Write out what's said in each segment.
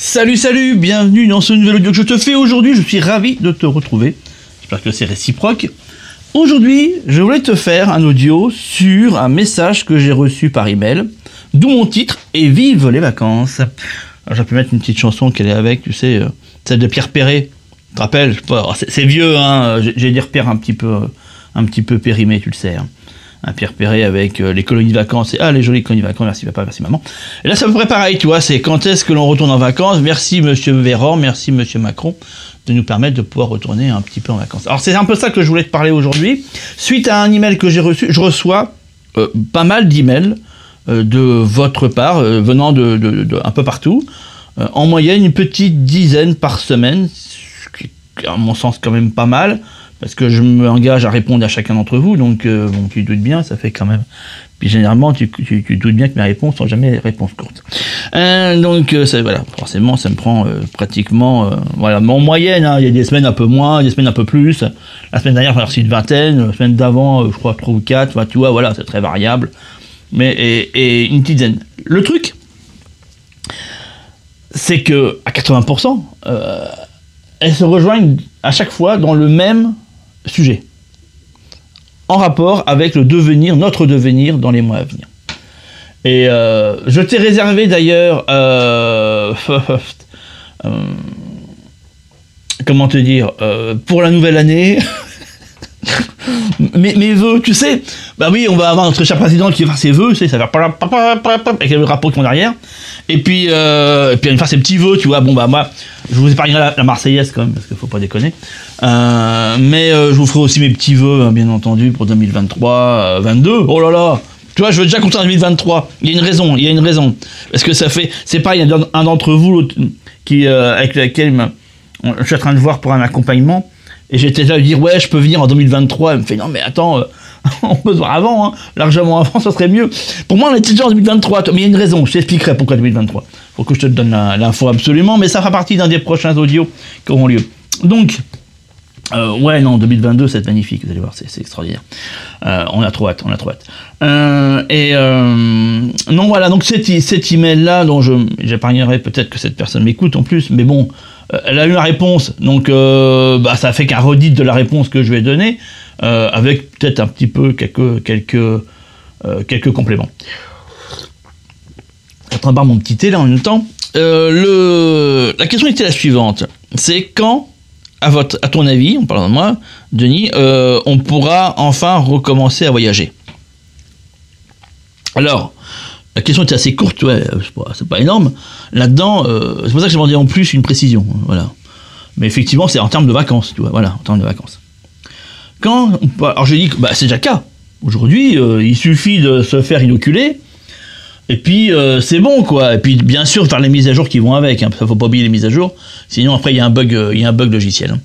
Salut, bienvenue dans ce nouvel audio que je te fais aujourd'hui, je suis ravi de te retrouver, j'espère que c'est réciproque. Aujourd'hui, je voulais te faire un audio sur un message que j'ai reçu par email, d'où mon titre, et vive les vacances. Alors, j'ai pu mettre une petite chanson qu'elle est avec, tu sais, celle de Pierre Perret, tu te rappelles, je sais pas, c'est vieux, hein, j'ai des repères un petit peu périmés, tu le sais, hein. Un Pierre Perret avec les colonies de vacances, et les jolies colonies de vacances, merci papa, merci maman. Et là, c'est à peu près pareil, tu vois, c'est quand est-ce que l'on retourne en vacances, merci monsieur Véran, merci monsieur Macron, de nous permettre de pouvoir retourner un petit peu en vacances. Alors, c'est un peu ça que je voulais te parler aujourd'hui. Suite à un email que j'ai reçu, je reçois pas mal d'emails de votre part, venant de un peu partout, en moyenne une petite dizaine par semaine, ce qui est à mon sens quand même pas mal, parce que je m'engage à répondre à chacun d'entre vous, donc bon, tu doutes bien, ça fait quand même... Puis généralement, tu doutes bien que mes réponses sont jamais des réponses courtes. Donc voilà, forcément, ça me prend pratiquement... voilà, mais en moyenne, hein, il y a des semaines un peu moins, des semaines un peu plus. La semaine dernière, j'ai reçu une vingtaine, la semaine d'avant, je crois 3 ou 4, tu vois, voilà, c'est très variable. Mais et une petite dizaine. Le truc, c'est que à 80%, elles se rejoignent à chaque fois dans le même sujet, en rapport avec le devenir, notre devenir dans les mois à venir. Et je t'ai réservé d'ailleurs, comment te dire, pour la nouvelle année, mes vœux, tu sais, bah oui, on va avoir notre cher président qui va faire ses vœux, tu sais, ça va faire avec le drapeau qui est en arrière, et puis il va faire ses petits vœux, tu vois. Bon bah moi, je vous épargnerai la Marseillaise quand même, parce qu'il faut pas déconner, mais je vous ferai aussi mes petits vœux, hein, bien entendu, pour 2023, 22, oh là là, tu vois, je veux déjà compter en 2023, il y a une raison, parce que ça fait, c'est pas, il y a un d'entre vous, l'autre, qui, avec lequel je suis en train de voir pour un accompagnement, et j'étais là à lui dire, ouais, je peux venir en 2023. Elle me fait, non, mais attends, on peut se voir avant, hein, largement avant, ça serait mieux. Pour moi, on était déjà en 2023, mais il y a une raison, je t'expliquerai pourquoi 2023. Faut que je te donne l'info absolument, mais ça fera partie d'un des prochains audios qui auront lieu. Donc, ouais, non, 2022, c'est magnifique, vous allez voir, c'est extraordinaire. On a trop hâte. Non, voilà, donc cet email-là, dont j'épargnerai peut-être que cette personne m'écoute en plus, mais bon, elle a eu la réponse, donc ça fait qu'un redit de la réponse que je lui ai donnée, avec peut-être un petit peu quelques compléments. Je vais boire mon petit thé là en même temps. La question était la suivante, c'est quand, à ton avis, en parlant de moi, Denis, on pourra enfin recommencer à voyager? Alors, la question était assez courte, ouais, c'est pas énorme. Là-dedans, c'est pour ça que j'ai demandé en plus une précision, voilà. Mais effectivement, c'est en termes de vacances, tu vois, voilà, en termes de vacances. Alors j'ai dit que c'est déjà le cas. Aujourd'hui, il suffit de se faire inoculer, et puis c'est bon, quoi. Et puis bien sûr, faire les mises à jour qui vont avec, hein, parce qu'il faut pas oublier les mises à jour, sinon après il y a un bug logiciel.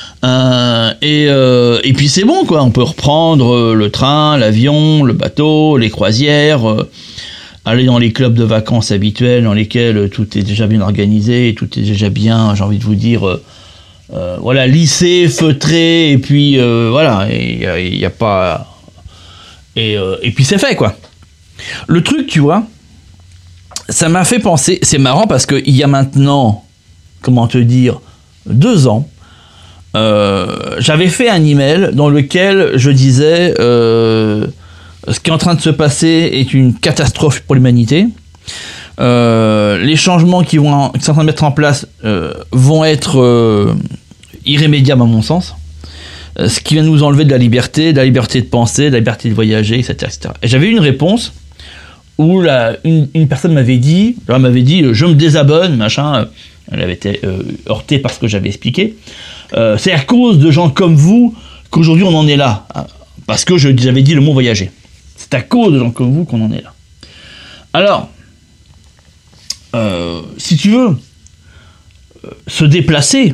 Et puis c'est bon, quoi. On peut reprendre le train, l'avion, le bateau, les croisières. Aller dans les clubs de vacances habituels dans lesquels tout est déjà bien organisé, tout est déjà bien, j'ai envie de vous dire, voilà, lissé, feutré, et puis voilà, il n'y a pas... Et puis c'est fait, quoi. Le truc, tu vois, ça m'a fait penser, c'est marrant parce qu'il y a maintenant, comment te dire, 2 ans, j'avais fait un email dans lequel je disais... ce qui est en train de se passer est une catastrophe pour l'humanité. Les changements qui sont en train de mettre en place vont être irrémédiables à mon sens. Ce qui vient nous enlever de la liberté de penser, de la liberté de voyager, etc. etc. Et j'avais eu une réponse où une personne m'avait dit, je me désabonne, machin. Elle avait été heurtée par ce que j'avais expliqué. C'est à cause de gens comme vous qu'aujourd'hui on en est là. Parce que j'avais dit le mot voyager. C'est à cause de gens comme vous qu'on en est là. Alors, si tu veux, se déplacer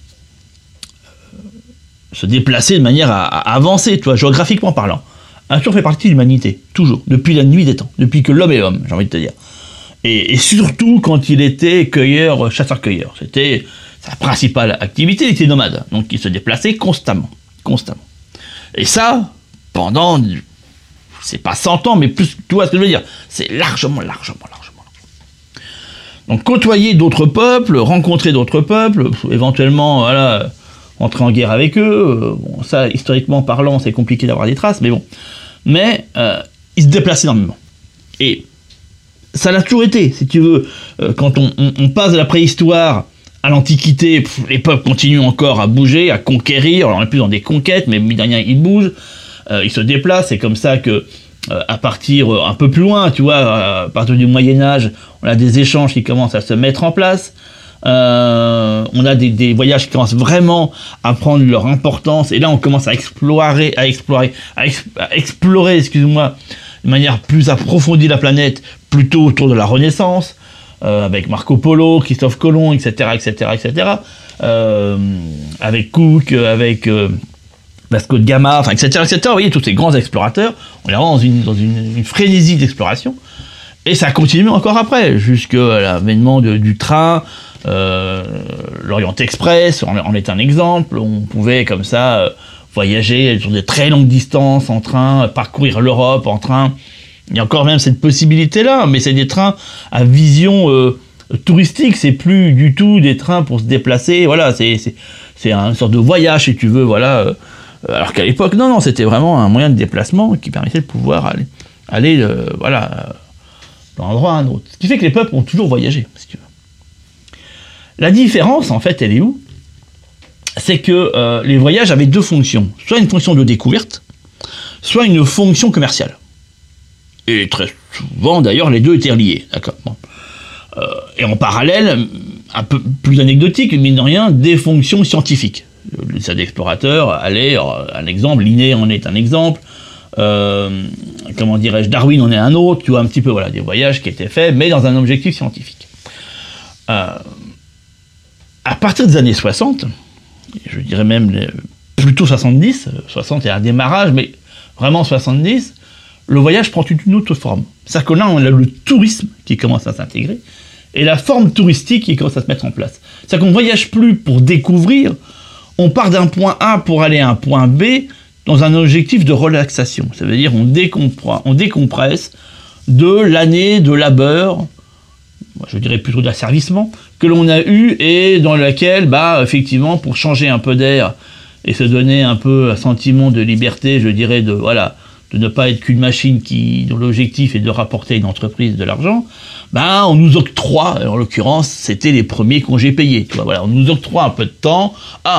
de manière à avancer, tu vois, géographiquement parlant, a toujours fait partie de l'humanité, toujours, depuis la nuit des temps, depuis que l'homme est homme, j'ai envie de te dire. Et surtout quand il était chasseur-cueilleur. C'était sa principale activité, il était nomade, donc il se déplaçait constamment. Et ça, pendant... C'est pas 100 ans, mais plus, tu vois ce que je veux dire. C'est largement. Donc côtoyer d'autres peuples, rencontrer d'autres peuples, éventuellement, voilà, entrer en guerre avec eux. Bon, ça, historiquement parlant, c'est compliqué d'avoir des traces, mais bon. Mais ils se déplacent énormément. Et ça l'a toujours été, si tu veux. Quand on passe de la préhistoire à l'Antiquité, les peuples continuent encore à bouger, à conquérir. Alors on est plus dans des conquêtes, mais mine de rien, ils bougent, ils se déplacent. C'est comme ça que, à partir un peu plus loin, tu vois, à partir du Moyen-Âge, on a des échanges qui commencent à se mettre en place. On a des voyages qui commencent vraiment à prendre leur importance. Et là, on commence à explorer, excuse-moi, de manière plus approfondie la planète, plutôt autour de la Renaissance. Avec Marco Polo, Christophe Colomb, etc., avec Cook, avec Vasco de Gama, enfin, etc., Vous voyez, tous ces grands explorateurs, on est vraiment dans une frénésie d'exploration, et ça continue encore après, jusqu'à l'avènement du train, l'Orient Express, en est un exemple. On pouvait comme ça voyager sur de très longues distances en train, parcourir l'Europe en train. Il y a encore même cette possibilité-là, mais c'est des trains à vision touristique, c'est plus du tout des trains pour se déplacer, voilà, c'est une sorte de voyage, si tu veux, voilà. Alors qu'à l'époque, non, c'était vraiment un moyen de déplacement qui permettait de pouvoir aller voilà, d'un endroit à un autre. Ce qui fait que les peuples ont toujours voyagé, si tu veux. La différence, en fait, elle est où ? C'est que les voyages avaient deux fonctions, soit une fonction de découverte, soit une fonction commerciale. Et très souvent, d'ailleurs, les deux étaient reliés. D'accord. Bon. Et en parallèle, un peu plus anecdotique, mine de rien, des fonctions scientifiques. Ces explorateurs allaient, un exemple, Linné en est un exemple, comment dirais-je, Darwin en est un autre, tu vois, un petit peu, voilà, des voyages qui étaient faits, mais dans un objectif scientifique. À partir des années 60, je dirais même plutôt 70, 60 est un démarrage, mais vraiment 70, le voyage prend une autre forme. C'est-à-dire que là, on a le tourisme qui commence à s'intégrer, et la forme touristique qui commence à se mettre en place. C'est-à-dire qu'on ne voyage plus pour découvrir, on part d'un point A pour aller à un point B dans un objectif de relaxation. Ça veut dire on décompresse de l'année de labeur, je dirais plutôt d'asservissement, que l'on a eu et dans laquelle, effectivement, pour changer un peu d'air et se donner un peu un sentiment de liberté, je dirais, de ne pas être qu'une machine dont l'objectif est de rapporter à une entreprise de l'argent, on nous octroie, en l'occurrence, c'était les premiers congés payés, tu vois, voilà, on nous octroie un peu de temps,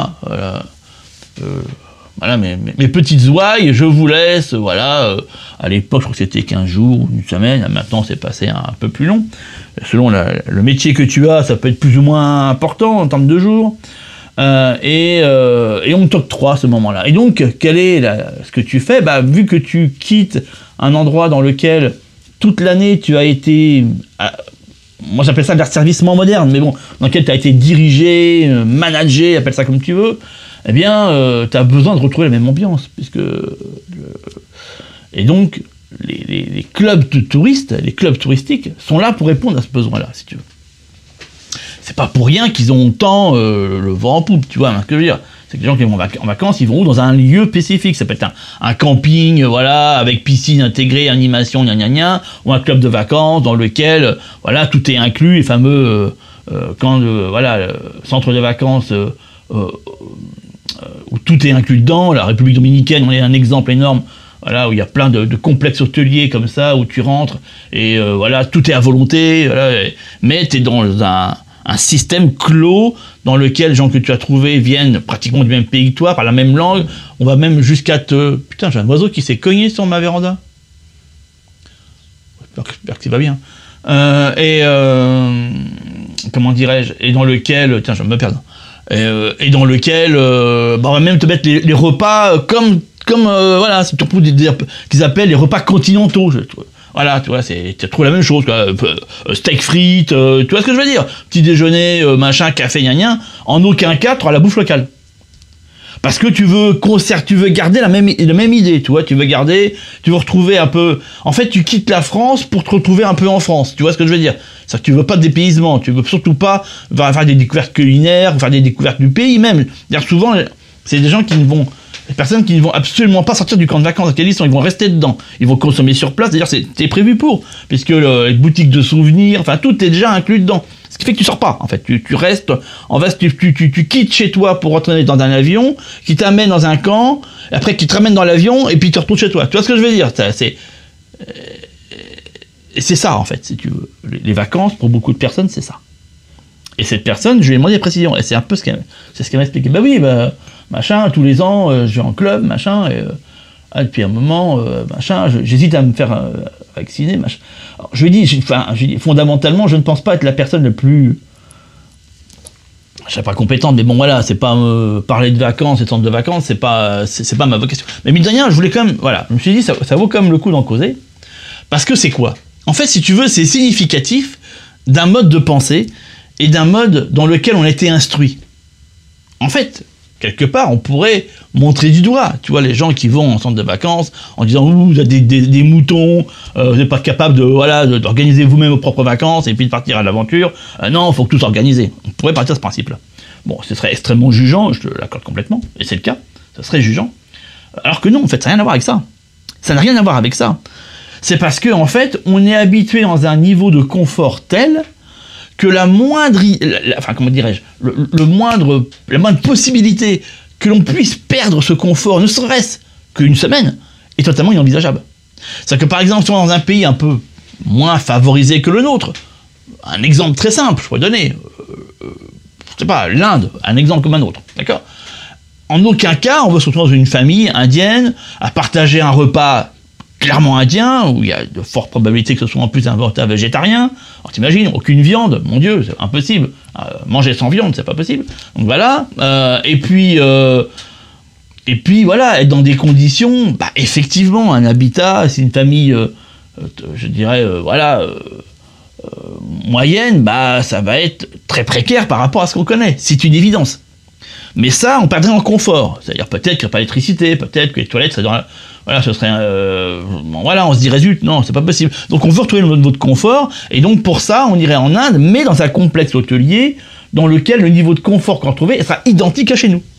voilà, mes petites ouailles, je vous laisse, voilà, à l'époque, je crois que c'était 15 jours, une semaine, maintenant c'est passé un peu plus long, selon le métier que tu as, ça peut être plus ou moins important en termes de jours, et on t'octroie à ce moment-là. Et donc, quel est ce que tu fais ? Vu que tu quittes un endroit dans lequel toute l'année tu as été, moi j'appelle ça de l'asservissement moderne, mais bon, dans lequel tu as été dirigé, managé, appelle ça comme tu veux, eh bien, tu as besoin de retrouver la même ambiance, et donc, les clubs de touristes, les clubs touristiques sont là pour répondre à ce besoin-là, si tu veux. C'est pas pour rien qu'ils ont autant le vent en poupe, tu vois, ce que je veux dire. C'est que les gens qui vont en vacances, ils vont dans un lieu spécifique. Ça peut être un camping, voilà, avec piscine intégrée, animation, ou un club de vacances dans lequel, voilà, tout est inclus, les fameux centre de vacances où tout est inclus dedans. La République dominicaine, on est un exemple énorme, voilà, où il y a plein de complexes hôteliers comme ça, où tu rentres, et voilà, tout est à volonté, voilà, mais tu es dans un système clos dans lequel les gens que tu as trouvés viennent pratiquement du même pays que toi, par la même langue. On va même jusqu'à Putain, j'ai un oiseau qui s'est cogné sur ma véranda. J'espère que ça va bien. Comment dirais-je ? Et dans lequel... Tiens, je vais me perdre. Et dans lequel on va même te mettre les repas comme voilà, c'est pour qu'ils appellent les repas continentaux, je trouve. Voilà, tu vois, tu trouves la même chose, quoi. Steak frites, tu vois ce que je veux dire ? Petit déjeuner, machin, café, en aucun cas, tu auras la bouffe locale. Parce que tu veux garder la même idée, tu vois, tu veux retrouver un peu... En fait, tu quittes la France pour te retrouver un peu en France, tu vois ce que je veux dire ? C'est-à-dire que tu veux pas de dépaysement, tu veux surtout pas faire des découvertes culinaires, faire des découvertes du pays même. C'est-à-dire souvent, c'est des gens des personnes qui ne vont absolument pas sortir du camp de vacances dans lequel ils sont, ils vont rester dedans, ils vont consommer sur place, d'ailleurs c'est prévu pour, puisque les boutiques de souvenirs, enfin tout est déjà inclus dedans. qui fait que tu sors pas, en fait. Tu restes, en fait, tu quittes chez toi pour rentrer dans un avion, qui t'amène dans un camp, après qui te ramène dans l'avion, et puis tu retournes chez toi. Tu vois ce que je veux dire? C'est ça, en fait, si tu veux. Les vacances, pour beaucoup de personnes, c'est ça. Et cette personne, je lui ai demandé des précisions, et c'est un peu ce qu'elle m'a expliqué. Bah oui, bah, machin, tous les ans, je vais en club, machin, et depuis un moment, machin, j'hésite à me faire vacciner, machin. Alors, je lui ai dit, fondamentalement, je ne pense pas être la personne la plus, je sais pas, compétente, mais bon, voilà, c'est pas parler de vacances et de centres de vacances, c'est pas ma vocation. Mais mine de rien, je voulais quand même, voilà, je me suis dit, ça vaut quand même le coup d'en causer, parce que c'est quoi? En fait, si tu veux, c'est significatif d'un mode de pensée et d'un mode dans lequel on a été instruit. En fait, quelque part, on pourrait montrer du doigt, tu vois, les gens qui vont en centre de vacances en disant « vous avez des moutons, vous n'êtes pas capable d'organiser vous-même vos propres vacances et puis de partir à l'aventure. Non, il faut que tout s'organiser. » On pourrait partir de ce principe-là. Bon, ce serait extrêmement jugeant, je te l'accorde complètement, et c'est le cas, ça serait jugeant. Alors que non, en fait, ça n'a rien à voir avec ça. Ça n'a rien à voir avec ça. C'est parce que, en fait, on est habitué dans un niveau de confort tel que la moindre possibilité que l'on puisse perdre ce confort, ne serait-ce qu'une semaine, est totalement inenvisageable. C'est-à-dire que, par exemple, si on est dans un pays un peu moins favorisé que le nôtre, un exemple très simple, je pourrais donner, je sais pas, l'Inde, un exemple comme un autre, d'accord? En aucun cas, on veut se retrouver dans une famille indienne, à partager un repas clairement indien, où il y a de fortes probabilités que ce soit en plus un repas végétarien. Alors t'imagines, aucune viande, mon Dieu, c'est impossible. Manger sans viande, c'est pas possible. Donc voilà. Et puis voilà, être dans des conditions, effectivement, un habitat, c'est une famille, je dirais, moyenne, ça va être très précaire par rapport à ce qu'on connaît. C'est une évidence. Mais ça, on perdrait en confort. C'est-à-dire peut-être qu'il n'y a pas d'électricité, peut-être que les toilettes seraient dans la... Voilà, ce serait... on se dirait, zut, non, c'est pas possible. Donc on veut retrouver notre niveau de confort, et donc pour ça, on irait en Inde, mais dans un complexe hôtelier, dans lequel le niveau de confort qu'on retrouvait sera identique à chez nous.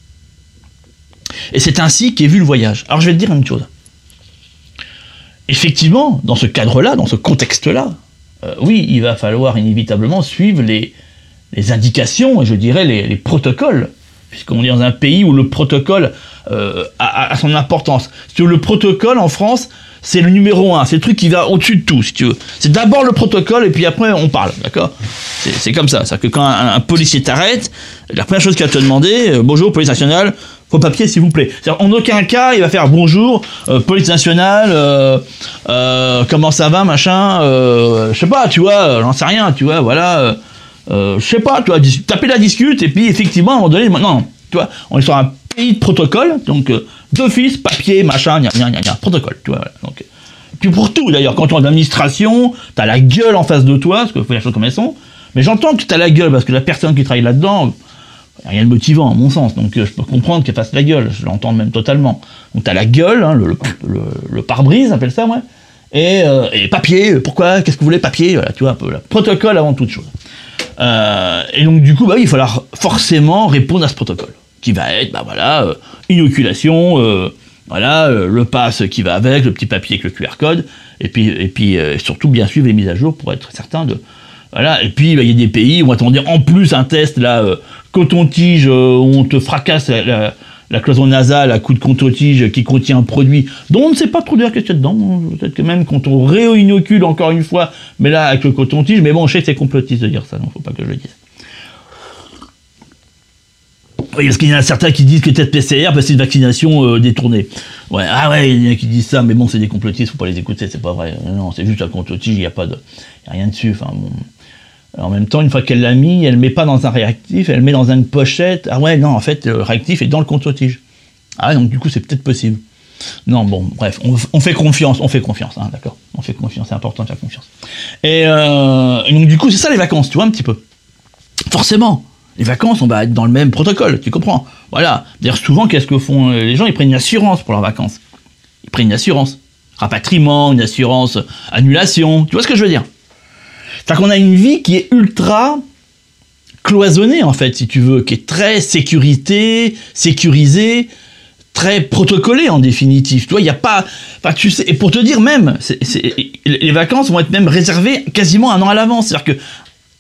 Et c'est ainsi qu'est vu le voyage. Alors je vais te dire une chose. Effectivement, dans ce cadre-là, dans ce contexte-là, oui, il va falloir inévitablement suivre les indications, et je dirais les protocoles, puisqu'on est dans un pays où le protocole a son importance. Si tu veux, le protocole en France, c'est le numéro 1, c'est le truc qui va au-dessus de tout, si tu veux. C'est d'abord le protocole, et puis après on parle, d'accord? C'est comme ça. C'est-à-dire que quand un policier t'arrête, la première chose qu'il va te demander, bonjour, police nationale, vos papiers, s'il vous plaît. C'est-à-dire, en aucun cas, il va faire bonjour, police nationale, comment ça va, machin, je sais pas, tu vois, j'en sais rien, tu vois, voilà, je sais pas, tu vois, taper la discute, et puis effectivement, à un moment donné, non, tu vois, on est sur un pays de protocole, donc d'office, papier, machin, protocole, tu vois, voilà, donc. Puis pour tout, d'ailleurs, quand tu es en administration, t'as la gueule en face de toi, parce qu'il faut les choses comme elles sont, mais j'entends que t'as la gueule, parce que la personne qui travaille là-dedans, rien de motivant, à mon sens, donc je peux comprendre qu'elle fasse la gueule, je l'entends même totalement. Donc t'as la gueule, hein, le pare-brise, on appelle ça, ouais, et papier, pourquoi, qu'est-ce que vous voulez, papier, voilà, tu vois, un peu, là, protocole avant toute chose. Et donc du coup, il va falloir forcément répondre à ce protocole, qui va être, inoculation, le pass qui va avec, le petit papier avec le QR code, et puis surtout bien suivre les mises à jour pour être certain de... Voilà, et puis il y a des pays où on va te demander en plus un test, là, coton-tige, où on te fracasse la cloison nasale à coup de coton-tige qui contient un produit dont on ne sait pas trop dire qu'est-ce qu'il y a dedans. Peut-être que même quand on réinocule encore une fois, mais là avec le coton-tige, mais bon, je sais que c'est complotiste de dire ça, donc faut pas que je le dise. Oui, parce qu'il y en a certains qui disent que test PCR, c'est une vaccination détournée. Ouais, il y en a qui disent ça, mais bon, c'est des complotistes, faut pas les écouter, c'est pas vrai. Non, c'est juste un coton-tige, il y a rien dessus, enfin bon. En même temps, une fois qu'elle l'a mis, elle ne met pas dans un réactif, elle le met dans une pochette. Ah ouais, non, en fait, le réactif est dans le coton-tige. Ah, donc du coup, c'est peut-être possible. Non, bon, bref, on fait confiance, hein, d'accord? On fait confiance, c'est important de faire confiance. Et donc du coup, c'est ça les vacances, tu vois, un petit peu. Forcément, les vacances, on va être dans le même protocole, tu comprends? Voilà. D'ailleurs, souvent, qu'est-ce que font les gens? Ils prennent une assurance pour leurs vacances. Ils prennent une assurance. Rapatriement, une assurance annulation, tu vois ce que je veux dire? C'est-à-dire qu'on a une vie qui est ultra cloisonnée, en fait, si tu veux, qui est très sécurisée, très protocolée, en définitive. Tu vois, il n'y a pas... Enfin, tu sais, et pour te dire même, les vacances vont être même réservées quasiment un an à l'avance. C'est-à-dire que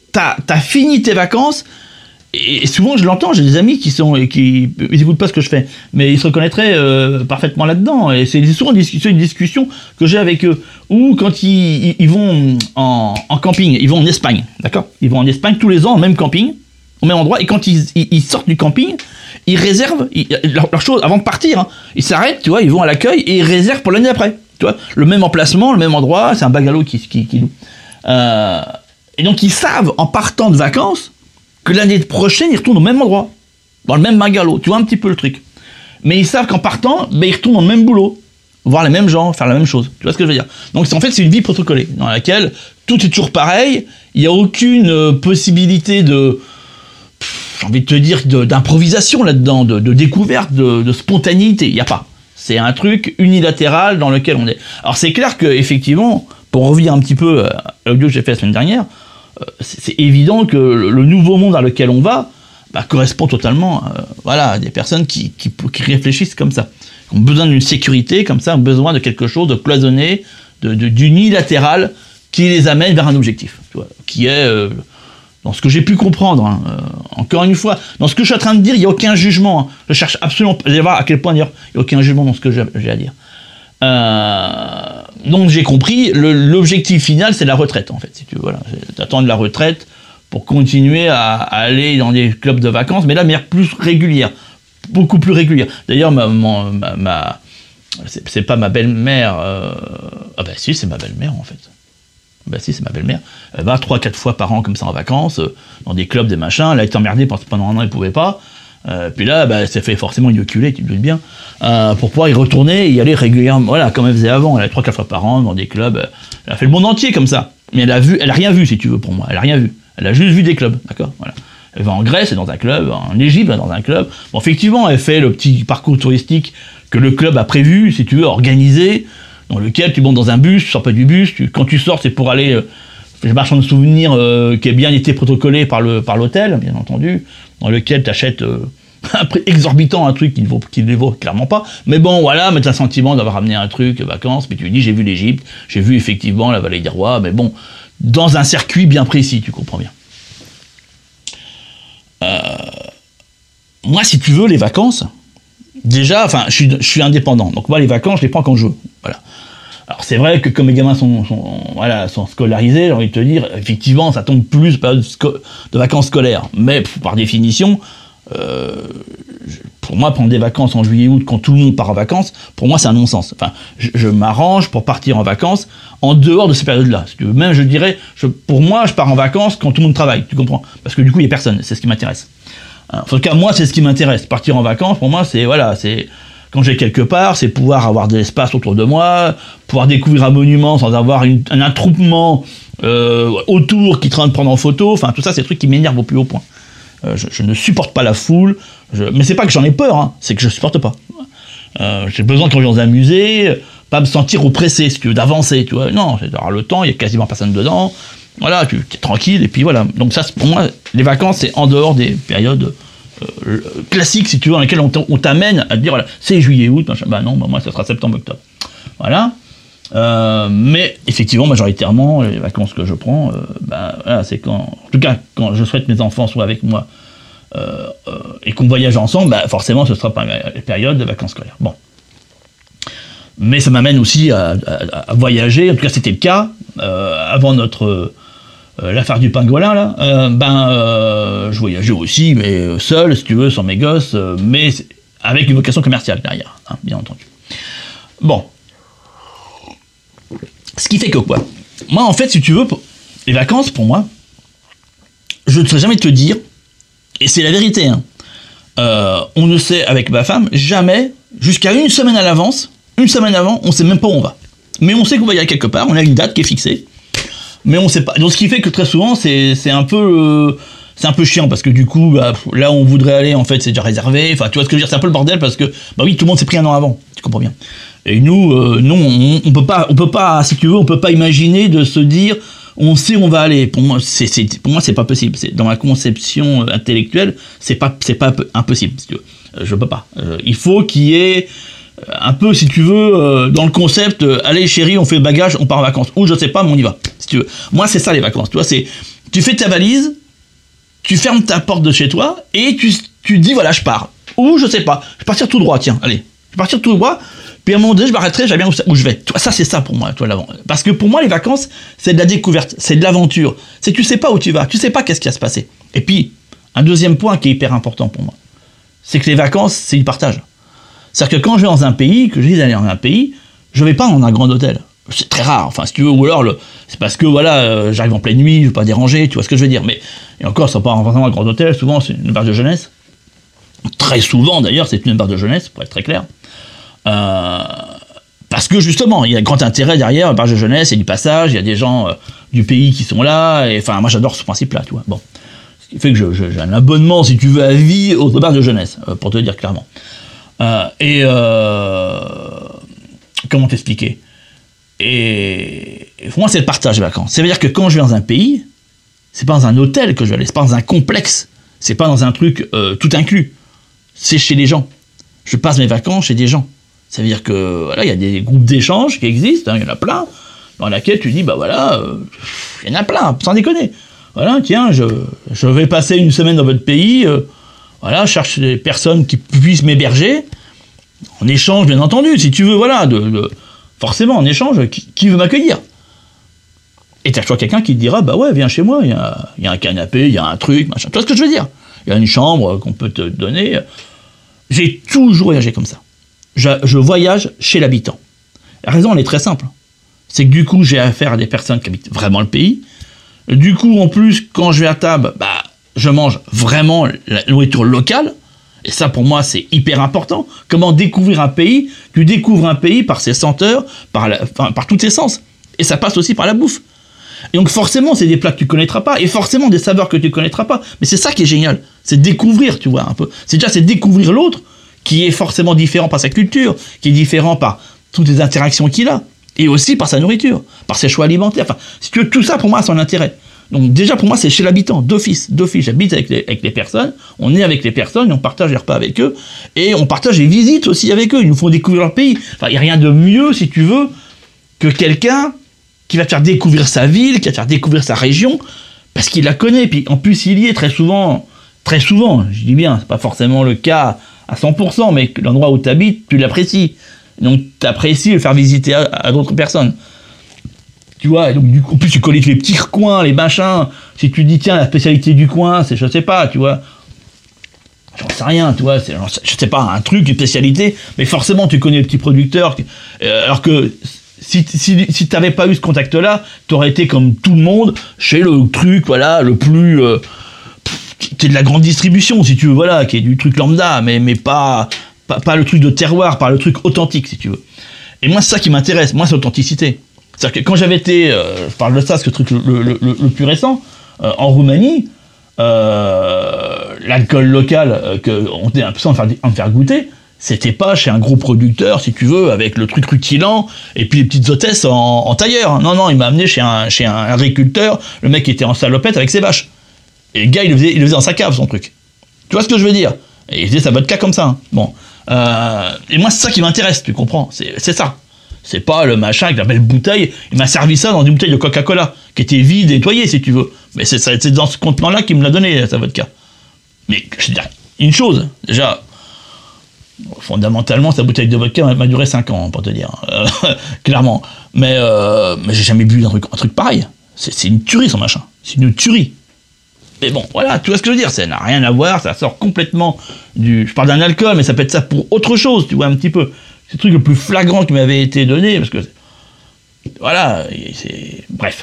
t'as fini tes vacances. Et souvent, je l'entends, j'ai des amis qui ils écoutent pas ce que je fais, mais ils se reconnaîtraient parfaitement là-dedans. Et c'est souvent une discussion que j'ai avec eux. Ou quand ils vont en camping, ils vont en Espagne, d'accord ? Ils vont en Espagne tous les ans, au même camping, au même endroit. Et quand ils sortent du camping, ils réservent leurs choses avant de partir. Hein. Ils s'arrêtent, tu vois, ils vont à l'accueil et ils réservent pour l'année d'après. Tu vois, le même emplacement, le même endroit, c'est un bagalo qui loue. Et donc, ils savent, en partant de vacances, que l'année prochaine, ils retournent au même endroit, dans le même bungalow, tu vois un petit peu le truc. Mais ils savent qu'en partant, ils retournent dans le même boulot, voir les mêmes gens, faire la même chose. Tu vois ce que je veux dire ? Donc en fait, c'est une vie protocolée, dans laquelle tout est toujours pareil, il n'y a aucune possibilité j'ai envie de te dire, d'improvisation là-dedans, de découverte, de spontanéité, il n'y a pas. C'est un truc unilatéral dans lequel on est. Alors c'est clair qu'effectivement, pour revenir un petit peu à l'audio que j'ai fait la semaine dernière, c'est évident que le nouveau monde dans lequel on va correspond totalement à des personnes qui réfléchissent comme ça, qui ont besoin d'une sécurité comme ça, ont besoin de quelque chose de cloisonné, d'unilatéral qui les amène vers un objectif, tu vois, qui est, dans ce que j'ai pu comprendre, encore une fois, dans ce que je suis en train de dire, il n'y a aucun jugement, hein. Je cherche absolument, vous allez voir à quel point dire, il n'y a aucun jugement dans ce que j'ai à dire. Donc j'ai compris, l'objectif final c'est la retraite en fait, si tu veux, voilà, d'attendre la retraite pour continuer à aller dans des clubs de vacances, mais là de manière plus régulière, beaucoup plus régulière. D'ailleurs c'est pas ma belle-mère, si c'est ma belle-mère en fait. Si c'est ma belle-mère, elle va 3-4 fois par an comme ça en vacances, dans des clubs, des machins, elle a été emmerdée parce que pendant un an elle pouvait pas. Puis là, ça fait forcément inoculer, tu te doutes bien, pour pouvoir y retourner et y aller régulièrement, voilà, comme elle faisait avant. Elle allait 3-4 fois par an dans des clubs, elle a fait le monde entier comme ça, mais elle a rien vu, si tu veux, pour moi, elle a rien vu, elle a juste vu des clubs, d'accord, voilà. Elle va en Grèce, dans un club, en Égypte, dans un club, bon, effectivement, elle fait le petit parcours touristique que le club a prévu, si tu veux, organisé, dans lequel tu montes dans un bus, tu sors pas du bus, quand tu sors, c'est pour aller, je marche en souvenir qui a bien été protocolé par l'hôtel, bien entendu, dans lequel tu achètes un prix exorbitant, un truc qui ne vaut clairement pas. Mais bon, voilà, mais tu as le sentiment d'avoir amené un truc, vacances, puis tu dis, j'ai vu l'Égypte, j'ai vu effectivement la vallée des rois, mais bon, dans un circuit bien précis, tu comprends bien. Moi, si tu veux, les vacances, déjà, enfin, je suis indépendant, donc moi, les vacances, je les prends quand je veux, voilà. Alors c'est vrai que comme les gamins sont scolarisés, j'ai envie de te dire, effectivement, ça tombe plus période de vacances scolaires. Mais par définition, pour moi, prendre des vacances en juillet-août quand tout le monde part en vacances, pour moi, c'est un non-sens. Enfin, je m'arrange pour partir en vacances en dehors de ces périodes-là. Même, je dirais, pour moi, je pars en vacances quand tout le monde travaille, tu comprends ? Parce que du coup, il n'y a personne, c'est ce qui m'intéresse. En tout cas, moi, c'est ce qui m'intéresse. Partir en vacances, pour moi, c'est quand j'ai quelque part, c'est pouvoir avoir de l'espace autour de moi, pouvoir découvrir un monument sans avoir un attroupement autour qui est en train de prendre en photo. Enfin, tout ça, c'est des trucs qui m'énervent au plus haut point. Je ne supporte pas la foule. Mais c'est pas que j'en ai peur, hein, c'est que je supporte pas. J'ai besoin, quand je vais dans un musée, pas me sentir oppressé, si tu veux, d'avancer, tu vois. Non, j'ai le temps, il y a quasiment personne dedans. Voilà, tu es tranquille, et puis voilà. Donc ça, pour moi, les vacances, c'est en dehors des périodes classique, si tu veux, dans lequel on t'amène à te dire, voilà, c'est juillet, août, machin. Bah non, moi, ça sera septembre, octobre. Voilà. Mais effectivement, majoritairement, les vacances que je prends, voilà, c'est en tout cas, quand je souhaite que mes enfants soient avec moi et qu'on voyage ensemble, forcément, ce sera pas une période de vacances scolaires. Bon. Mais ça m'amène aussi à voyager. En tout cas, c'était le cas avant l'affaire du pangolin, là. Je voyageais aussi, mais seul, si tu veux, sans mes gosses, mais avec une vocation commerciale derrière, hein, bien entendu. Bon. Ce qui fait que quoi ? Moi, en fait, si tu veux, les vacances, pour moi, je ne saurais jamais te dire, et c'est la vérité, hein, on ne sait, avec ma femme, jamais, jusqu'à une semaine à l'avance, une semaine avant, on ne sait même pas où on va. Mais on sait qu'on va y aller quelque part, on a une date qui est fixée, mais on ne sait pas. Donc ce qui fait que très souvent, c'est un peu chiant, parce que du coup, là où on voudrait aller, en fait, c'est déjà réservé. Enfin, tu vois ce que je veux dire, c'est un peu le bordel, parce que, oui, tout le monde s'est pris un an avant, tu comprends bien. Et nous, non, on peut pas, si tu veux, on peut pas imaginer de se dire, on sait où on va aller. Pour moi, c'est pas possible. C'est dans ma conception intellectuelle, c'est pas impossible, si tu veux. Je peux pas. Il faut qu'il y ait un peu, si tu veux, dans le concept, allez chérie, on fait le bagage, on part en vacances. Ou je sais pas, mais on y va, si tu veux. Moi, c'est ça les vacances. Tu vois, c'est tu fais ta valise, tu fermes ta porte de chez toi et tu dis voilà, je pars. Ou je sais pas, je vais partir tout droit, tiens, allez. Je vais partir tout droit, puis à un moment donné, je m'arrêterai, j'aime bien où je vais. Toi, ça, c'est ça pour moi, toi, l'avant. Parce que pour moi, les vacances, c'est de la découverte, c'est de l'aventure. C'est que tu sais pas où tu vas, tu sais pas qu'est-ce qui va se passer. Et puis, un deuxième point qui est hyper important pour moi, c'est que les vacances, c'est du partage. C'est-à-dire que quand je vais dans un pays, que je dis d'aller dans un pays, je vais pas dans un grand hôtel. C'est très rare, enfin, si tu veux, ou alors, c'est parce que, voilà, j'arrive en pleine nuit, je veux pas déranger, tu vois ce que je veux dire. Mais, et encore, c'est pas forcément un grand hôtel, souvent, c'est une auberge de jeunesse. Très souvent, d'ailleurs, c'est une auberge de jeunesse, pour être très clair. Parce que, justement, il y a un grand intérêt derrière, l'auberge de jeunesse, il y a du passage, il y a des gens du pays qui sont là, et enfin, moi, j'adore ce principe-là, tu vois. Bon. Ce qui fait que j'ai un abonnement, si tu veux, à vie aux auberges de jeunesse, pour te dire clairement. Comment t'expliquer ? Et pour moi, c'est le partage des vacances. Ça veut dire que quand je vais dans un pays, c'est pas dans un hôtel que je vais aller, c'est pas dans un complexe, c'est pas dans un truc tout inclus. C'est chez les gens. Je passe mes vacances chez des gens. Ça veut dire que voilà, il y a des groupes d'échange qui existent, il y en a plein, dans lesquels tu dis bah voilà, il y en a plein, sans déconner. Voilà, tiens, je vais passer une semaine dans votre pays, voilà, je cherche des personnes qui puissent m'héberger, en échange bien entendu, si tu veux, voilà, forcément en échange, qui veut m'accueillir. Et t'as toujours quelqu'un qui te dira bah ouais, viens chez moi, il y a un canapé, il y a un truc, machin. Tu vois ce que je veux dire ? Il y a une chambre qu'on peut te donner. J'ai toujours voyagé comme ça. Je voyage chez l'habitant. La raison, elle est très simple. C'est que du coup, j'ai affaire à des personnes qui habitent vraiment le pays. Du coup, en plus, quand je vais à table, bah, je mange vraiment la nourriture locale. Et ça, pour moi, c'est hyper important. Comment découvrir un pays ? Tu découvres un pays par ses senteurs, par tous ses sens. Et ça passe aussi par la bouffe. Et donc forcément, c'est des plats que tu connaîtras pas, et forcément des saveurs que tu connaîtras pas. Mais c'est ça qui est génial, c'est découvrir, tu vois, un peu. C'est découvrir l'autre, qui est forcément différent par sa culture, qui est différent par toutes les interactions qu'il a, et aussi par sa nourriture, par ses choix alimentaires. Enfin, si tu veux, tout ça, pour moi, a son intérêt. Donc déjà, pour moi, c'est chez l'habitant, d'office. J'habite avec les personnes, on est avec les personnes, et on partage les repas avec eux, et on partage les visites aussi avec eux. Ils nous font découvrir leur pays. Enfin, il n'y a rien de mieux, si tu veux, que quelqu'un qui va te faire découvrir sa ville, qui va te faire découvrir sa région, parce qu'il la connaît. Puis en plus, il y est très souvent, je dis bien, c'est pas forcément le cas à 100%, mais l'endroit où tu habites, tu l'apprécies. Donc tu apprécies le faire visiter à d'autres personnes. Tu vois, et donc en plus tu connais les petits coins, les machins. Si tu dis, tiens, la spécialité du coin, c'est, je sais pas, tu vois, j'en sais rien, tu vois, c'est, je sais pas, un truc, une spécialité, mais forcément tu connais le petit producteur, alors que si t'avais pas eu ce contact-là, t'aurais été comme tout le monde chez le truc, voilà, le plus, qui est de la grande distribution, si tu veux, voilà, qui est du truc lambda, mais pas le truc de terroir, pas le truc authentique, si tu veux. Et moi, c'est ça qui m'intéresse, moi, c'est l'authenticité. C'est-à-dire que quand j'avais été, je parle de ça, ce truc le plus récent, en Roumanie, l'alcool local qu'on était un peu à me faire goûter, c'était pas chez un gros producteur, si tu veux, avec le truc rutilant, et puis les petites hôtesses en tailleur. Non, il m'a amené chez un agriculteur, le mec était en salopette avec ses vaches. Et le gars, il le faisait dans sa cave, son truc. Tu vois ce que je veux dire ? Et il faisait sa vodka comme ça. Hein. Bon. Et moi, c'est ça qui m'intéresse, tu comprends ? C'est ça. C'est pas le machin avec la belle bouteille. Il m'a servi ça dans une bouteille de Coca-Cola, qui était vide et nettoyée, si tu veux. Mais c'est dans ce contenant-là qu'il me l'a donné, sa vodka. Mais je veux dire, une chose, déjà, fondamentalement, sa bouteille de vodka m'a duré 5 ans, pour te dire. Clairement. Mais j'ai jamais bu un truc pareil. C'est une tuerie, son machin. C'est une tuerie. Mais bon, voilà, tu vois ce que je veux dire, ça n'a rien à voir, ça sort complètement du... Je parle d'un alcool, mais ça peut être ça pour autre chose, tu vois, un petit peu. C'est le truc le plus flagrant qui m'avait été donné, parce que... Voilà, c'est... Bref.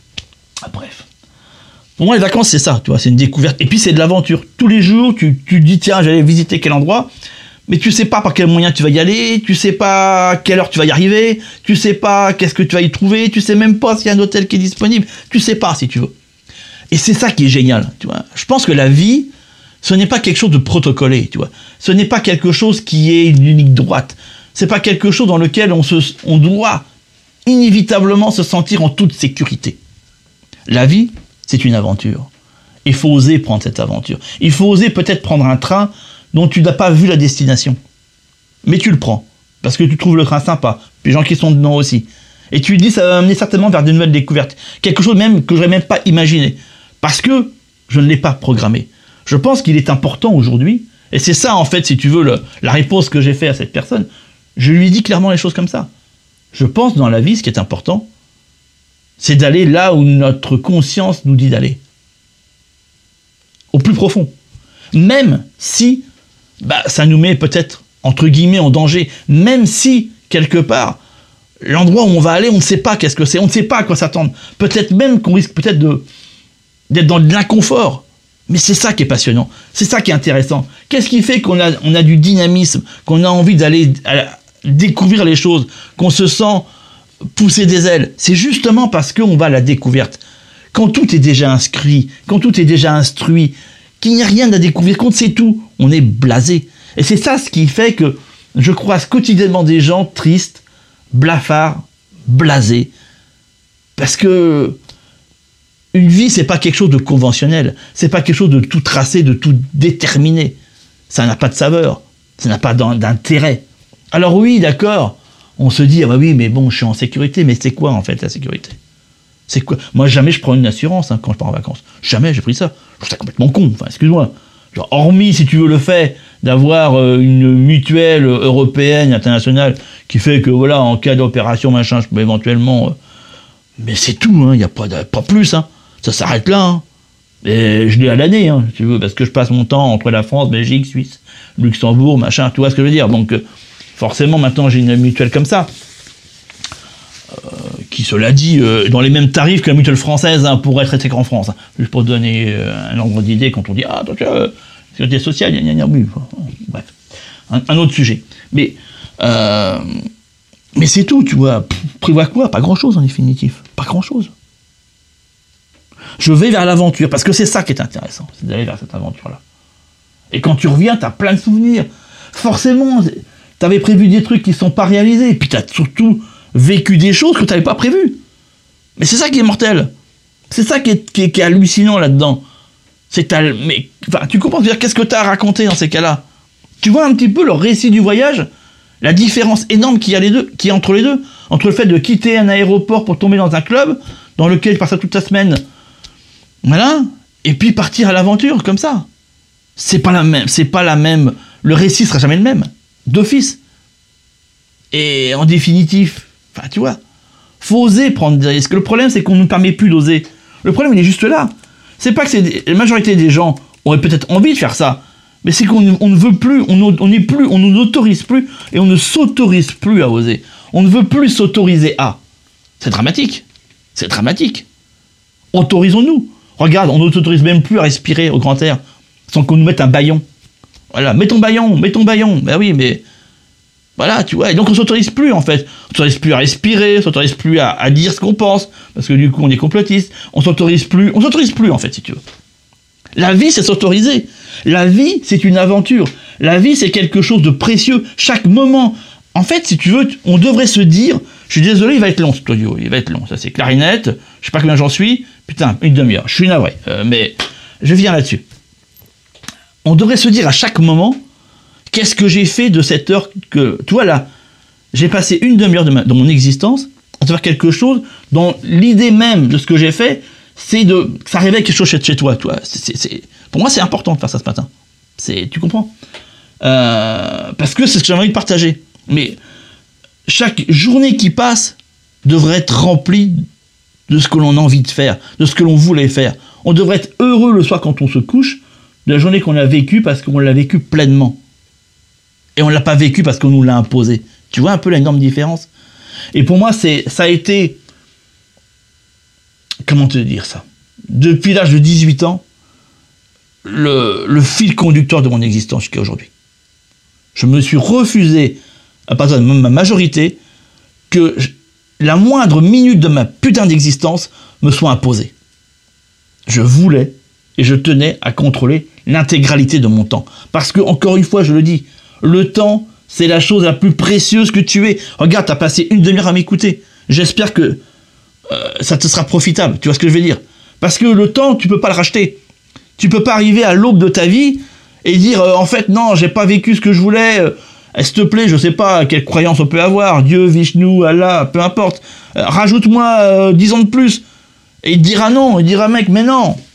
Pour moi, les vacances, c'est ça, tu vois, c'est une découverte. Et puis, c'est de l'aventure. Tous les jours, tu dis, tiens, j'allais visiter quel endroit, mais tu sais pas par quel moyen tu vas y aller, tu sais pas à quelle heure tu vas y arriver, tu sais pas qu'est-ce que tu vas y trouver, tu sais même pas s'il y a un hôtel qui est disponible, tu sais pas, si tu veux. Et c'est ça qui est génial, tu vois. Je pense que la vie, ce n'est pas quelque chose de protocolé, tu vois. Ce n'est pas quelque chose qui est une unique droite. C'est pas quelque chose dans lequel on doit inévitablement se sentir en toute sécurité. La vie, c'est une aventure. Il faut oser prendre cette aventure. Il faut oser peut-être prendre un train dont tu n'as pas vu la destination. Mais tu le prends, parce que tu trouves le train sympa, puis les gens qui sont dedans aussi. Et tu te dis, ça va m'amener certainement vers de nouvelles découvertes. Quelque chose même que je n'aurais même pas imaginé. Parce que je ne l'ai pas programmé. Je pense qu'il est important aujourd'hui, et c'est ça en fait, si tu veux, la réponse que j'ai faite à cette personne, je lui dis clairement les choses comme ça. Je pense dans la vie, ce qui est important, c'est d'aller là où notre conscience nous dit d'aller. Au plus profond. Même si ça nous met peut-être, entre guillemets, en danger. Même si, quelque part, l'endroit où on va aller, on ne sait pas qu'est-ce que c'est. On ne sait pas à quoi s'attendre. Peut-être même qu'on risque peut-être d'être dans de l'inconfort. Mais c'est ça qui est passionnant. C'est ça qui est intéressant. Qu'est-ce qui fait qu'on a du dynamisme, qu'on a envie d'aller découvrir les choses, qu'on se sent pousser des ailes? C'est justement parce qu'on va à la découverte. Quand tout est déjà inscrit, quand tout est déjà instruit, qu'il n'y a rien à découvrir, qu'on sait tout, on est blasé. Et c'est ça ce qui fait que je croise quotidiennement des gens tristes, blafards, blasés. Parce que une vie, c'est pas quelque chose de conventionnel. C'est pas quelque chose de tout tracé, de tout déterminé. Ça n'a pas de saveur. Ça n'a pas d'intérêt. Alors oui, d'accord, on se dit, ah bah oui, mais bon, je suis en sécurité. Mais c'est quoi, en fait, la sécurité? C'est quoi? Moi, jamais je prends une assurance quand je pars en vacances. Jamais j'ai pris ça. Je trouve ça complètement con. Enfin, excuse-moi. Genre, hormis, si tu veux, le fait d'avoir une mutuelle européenne, internationale, qui fait que, voilà, en cas d'opération, machin, je peux éventuellement... mais c'est tout, hein. Il n'y a pas plus, hein. Ça s'arrête là, hein. Et je l'ai à l'année, hein, si tu veux, parce que je passe mon temps entre la France, Belgique, Suisse, Luxembourg, machin, tu vois ce que je veux dire. Donc, forcément, maintenant, j'ai une mutuelle comme ça. Qui, cela dit, dans les mêmes tarifs que la mutuelle française, hein, pour être traité qu'en France. Hein. Juste pour te donner un ordre d'idée, quand on dit « Ah, attention, sécurité sociale, oui. » Bref, un autre sujet. Mais c'est tout, tu vois. Prévois quoi? Pas grand-chose, en définitive. Pas grand-chose. Je vais vers l'aventure, parce que c'est ça qui est intéressant, c'est d'aller vers cette aventure-là. Et quand tu reviens, t'as plein de souvenirs. Forcément, t'avais prévu des trucs qui ne sont pas réalisés, et puis t'as surtout vécu des choses que tu n'avais pas prévues. Mais c'est ça qui est mortel. C'est ça qui est hallucinant là-dedans. Mais, enfin, tu comprends, qu'est-ce que tu as à raconter dans ces cas-là? Tu vois un petit peu le récit du voyage, la différence énorme qu'il y a entre les deux, entre le fait de quitter un aéroport pour tomber dans un club, dans lequel tu passes toute ta semaine, voilà, et puis partir à l'aventure, comme ça. C'est pas la même, le récit sera jamais le même, d'office. Et en définitive, enfin, tu vois, faut oser prendre des risques. Le problème, c'est qu'on ne nous permet plus d'oser. Le problème, il est juste là. C'est pas que la majorité des gens auraient peut-être envie de faire ça, mais c'est qu'on ne veut plus, on nous autorise plus, et on ne s'autorise plus à oser. On ne veut plus s'autoriser à. C'est dramatique. C'est dramatique. Autorisons-nous. Regarde, on ne s'autorise même plus à respirer au grand air, sans qu'on nous mette un bâillon. Voilà, mets ton bâillon. Ben oui, mais... Voilà, tu vois, et donc on s'autorise plus en fait. On s'autorise plus à respirer, on s'autorise plus à dire ce qu'on pense, parce que du coup on est complotiste. On s'autorise plus en fait, si tu veux. La vie, c'est s'autoriser. La vie, c'est une aventure. La vie, c'est quelque chose de précieux. Chaque moment. En fait, si tu veux, on devrait se dire, je suis désolé, il va être long cet audio, il va être long. Ça c'est clair et net, je sais pas combien j'en suis, putain, une demi-heure, je suis navré, mais je viens là-dessus. On devrait se dire à chaque moment, qu'est-ce que j'ai fait de cette heure que... Tu vois là, j'ai passé une demi-heure de mon existence à faire quelque chose dont l'idée même de ce que j'ai fait, c'est que ça réveille quelque chose chez toi. Pour moi, c'est important de faire ça ce matin. Tu comprends? Parce que c'est ce que j'ai envie de partager. Mais chaque journée qui passe devrait être remplie de ce que l'on a envie de faire, de ce que l'on voulait faire. On devrait être heureux le soir quand on se couche de la journée qu'on a vécue parce qu'on l'a vécue pleinement. Et on ne l'a pas vécu parce qu'on nous l'a imposé. Tu vois un peu l'énorme différence? Et pour moi, ça a été... Comment te dire ça? Depuis l'âge de 18 ans, le fil conducteur de mon existence jusqu'à aujourd'hui. Je me suis refusé, à partir de ma majorité, que la moindre minute de ma putain d'existence me soit imposée. Je voulais et je tenais à contrôler l'intégralité de mon temps. Parce que, encore une fois, je le dis, le temps, c'est la chose la plus précieuse que tu aies. Regarde, t'as passé une demi-heure à m'écouter. J'espère que ça te sera profitable. Tu vois ce que je veux dire? Parce que le temps, tu peux pas le racheter. Tu peux pas arriver à l'aube de ta vie et dire, en fait, non, j'ai pas vécu ce que je voulais. S'il te plaît, je sais pas quelle croyance on peut avoir. Dieu, Vishnu, Allah, peu importe. Rajoute-moi 10 ans de plus. Et il te dira non. Il dira, mec, mais non.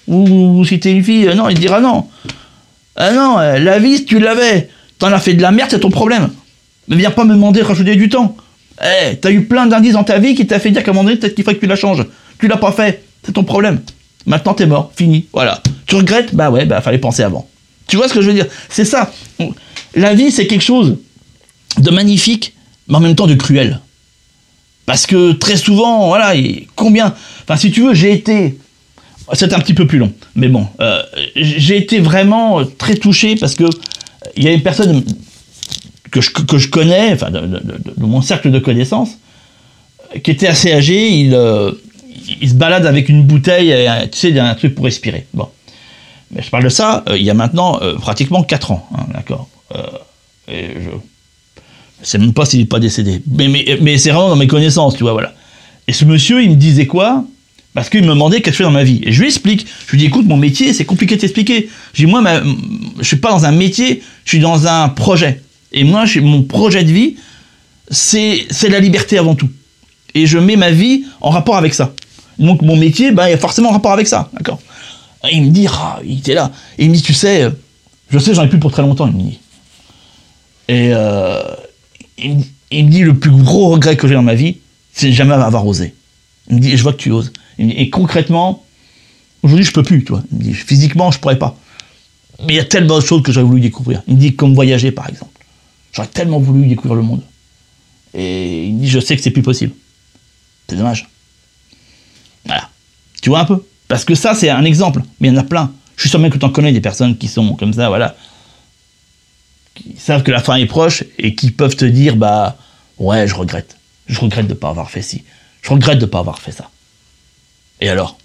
Ou si t'es une fille, non, il te dira non. Ah non, la vie, si tu l'avais, t'en as fait de la merde, c'est ton problème. Mais viens pas me demander de rajouter du temps. T'as eu plein d'indices dans ta vie qui t'a fait dire qu'à un moment donné, peut-être qu'il faudrait que tu la changes. Tu l'as pas fait, c'est ton problème. Maintenant t'es mort, fini, voilà. Tu regrettes? Bah ouais, fallait penser avant. Tu vois ce que je veux dire? C'est ça. La vie, c'est quelque chose de magnifique, mais en même temps de cruel. Parce que très souvent, voilà, enfin si tu veux, j'ai été... C'est un petit peu plus long, mais bon, j'ai été vraiment très touché parce que il y a une personne que je connais, enfin de mon cercle de connaissances, qui était assez âgé, il se balade avec une bouteille, tu sais, un truc pour respirer. Bon, mais je parle de ça, il y a maintenant pratiquement 4 ans, hein, d'accord. Et je sais même pas s'il n'est pas décédé, mais c'est vraiment dans mes connaissances, tu vois, voilà. Et ce monsieur, il me disait quoi? Parce qu'il me demandait qu'est-ce que je fais dans ma vie. Et je lui explique. Je lui dis, écoute, mon métier, c'est compliqué de t'expliquer. Je dis, moi, je suis pas dans un métier, je suis dans un projet. Et moi, mon projet de vie, c'est la liberté avant tout. Et je mets ma vie en rapport avec ça. Donc, mon métier, il y a forcément un rapport avec ça. D'accord? Et il me dit, il était là. Et il me dit, tu sais, je sais, j'en ai plus pour très longtemps, il me dit. Et il me dit, le plus gros regret que j'ai dans ma vie, c'est de jamais avoir osé. Il me dit, et je vois que tu oses. Il me dit, et concrètement, aujourd'hui, je peux plus, tu vois. Il me dit, physiquement, je pourrais pas. Mais il y a tellement de choses que j'aurais voulu découvrir. Il me dit, comme voyager, par exemple. J'aurais tellement voulu découvrir le monde. Et il me dit, je sais que c'est plus possible. C'est dommage. Voilà. Tu vois un peu? Parce que ça, c'est un exemple. Mais il y en a plein. Je suis sûr même que tu en connais des personnes qui sont comme ça, voilà. Qui savent que la fin est proche et qui peuvent te dire, ouais, je regrette. Je regrette de ne pas avoir fait ci. Je regrette de ne pas avoir fait ça. Et alors?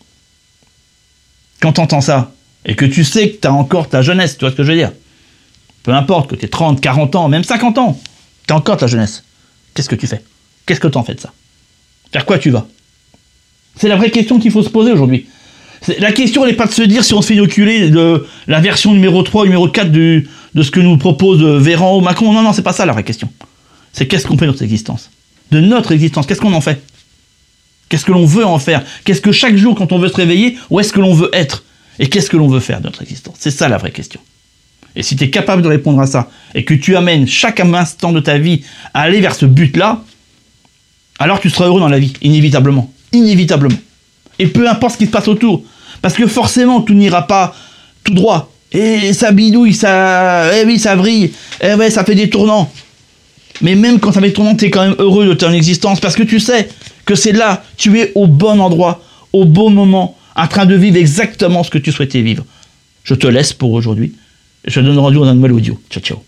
Quand tu entends ça, et que tu sais que tu as encore ta jeunesse, tu vois ce que je veux dire? Peu importe que tu aies 30, 40 ans, même 50 ans, tu as encore ta jeunesse. Qu'est-ce que tu fais? Qu'est-ce que tu en fais de ça? Vers quoi tu vas? C'est la vraie question qu'il faut se poser aujourd'hui. La question n'est pas de se dire si on se fait inoculer de la version numéro 3, numéro 4 de ce que nous propose Véran ou Macron. Non, c'est pas ça la vraie question. C'est qu'est-ce qu'on fait de notre existence? De notre existence, qu'est-ce qu'on en fait? Qu'est-ce que l'on veut en faire? Qu'est-ce que chaque jour, quand on veut se réveiller, où est-ce que l'on veut être? Et qu'est-ce que l'on veut faire de notre existence? C'est ça la vraie question. Et si tu es capable de répondre à ça, et que tu amènes chaque instant de ta vie à aller vers ce but-là, alors tu seras heureux dans la vie, inévitablement. Inévitablement. Et peu importe ce qui se passe autour. Parce que forcément, tout n'ira pas tout droit. Et ça bidouille, ça vrille, ça fait des tournants. Mais même quand ça fait des tournants, tu es quand même heureux de ton existence, parce que tu sais que c'est là, tu es au bon endroit, au bon moment, en train de vivre exactement ce que tu souhaitais vivre. Je te laisse pour aujourd'hui. Je te donne rendez-vous dans un nouvel audio. Ciao, ciao.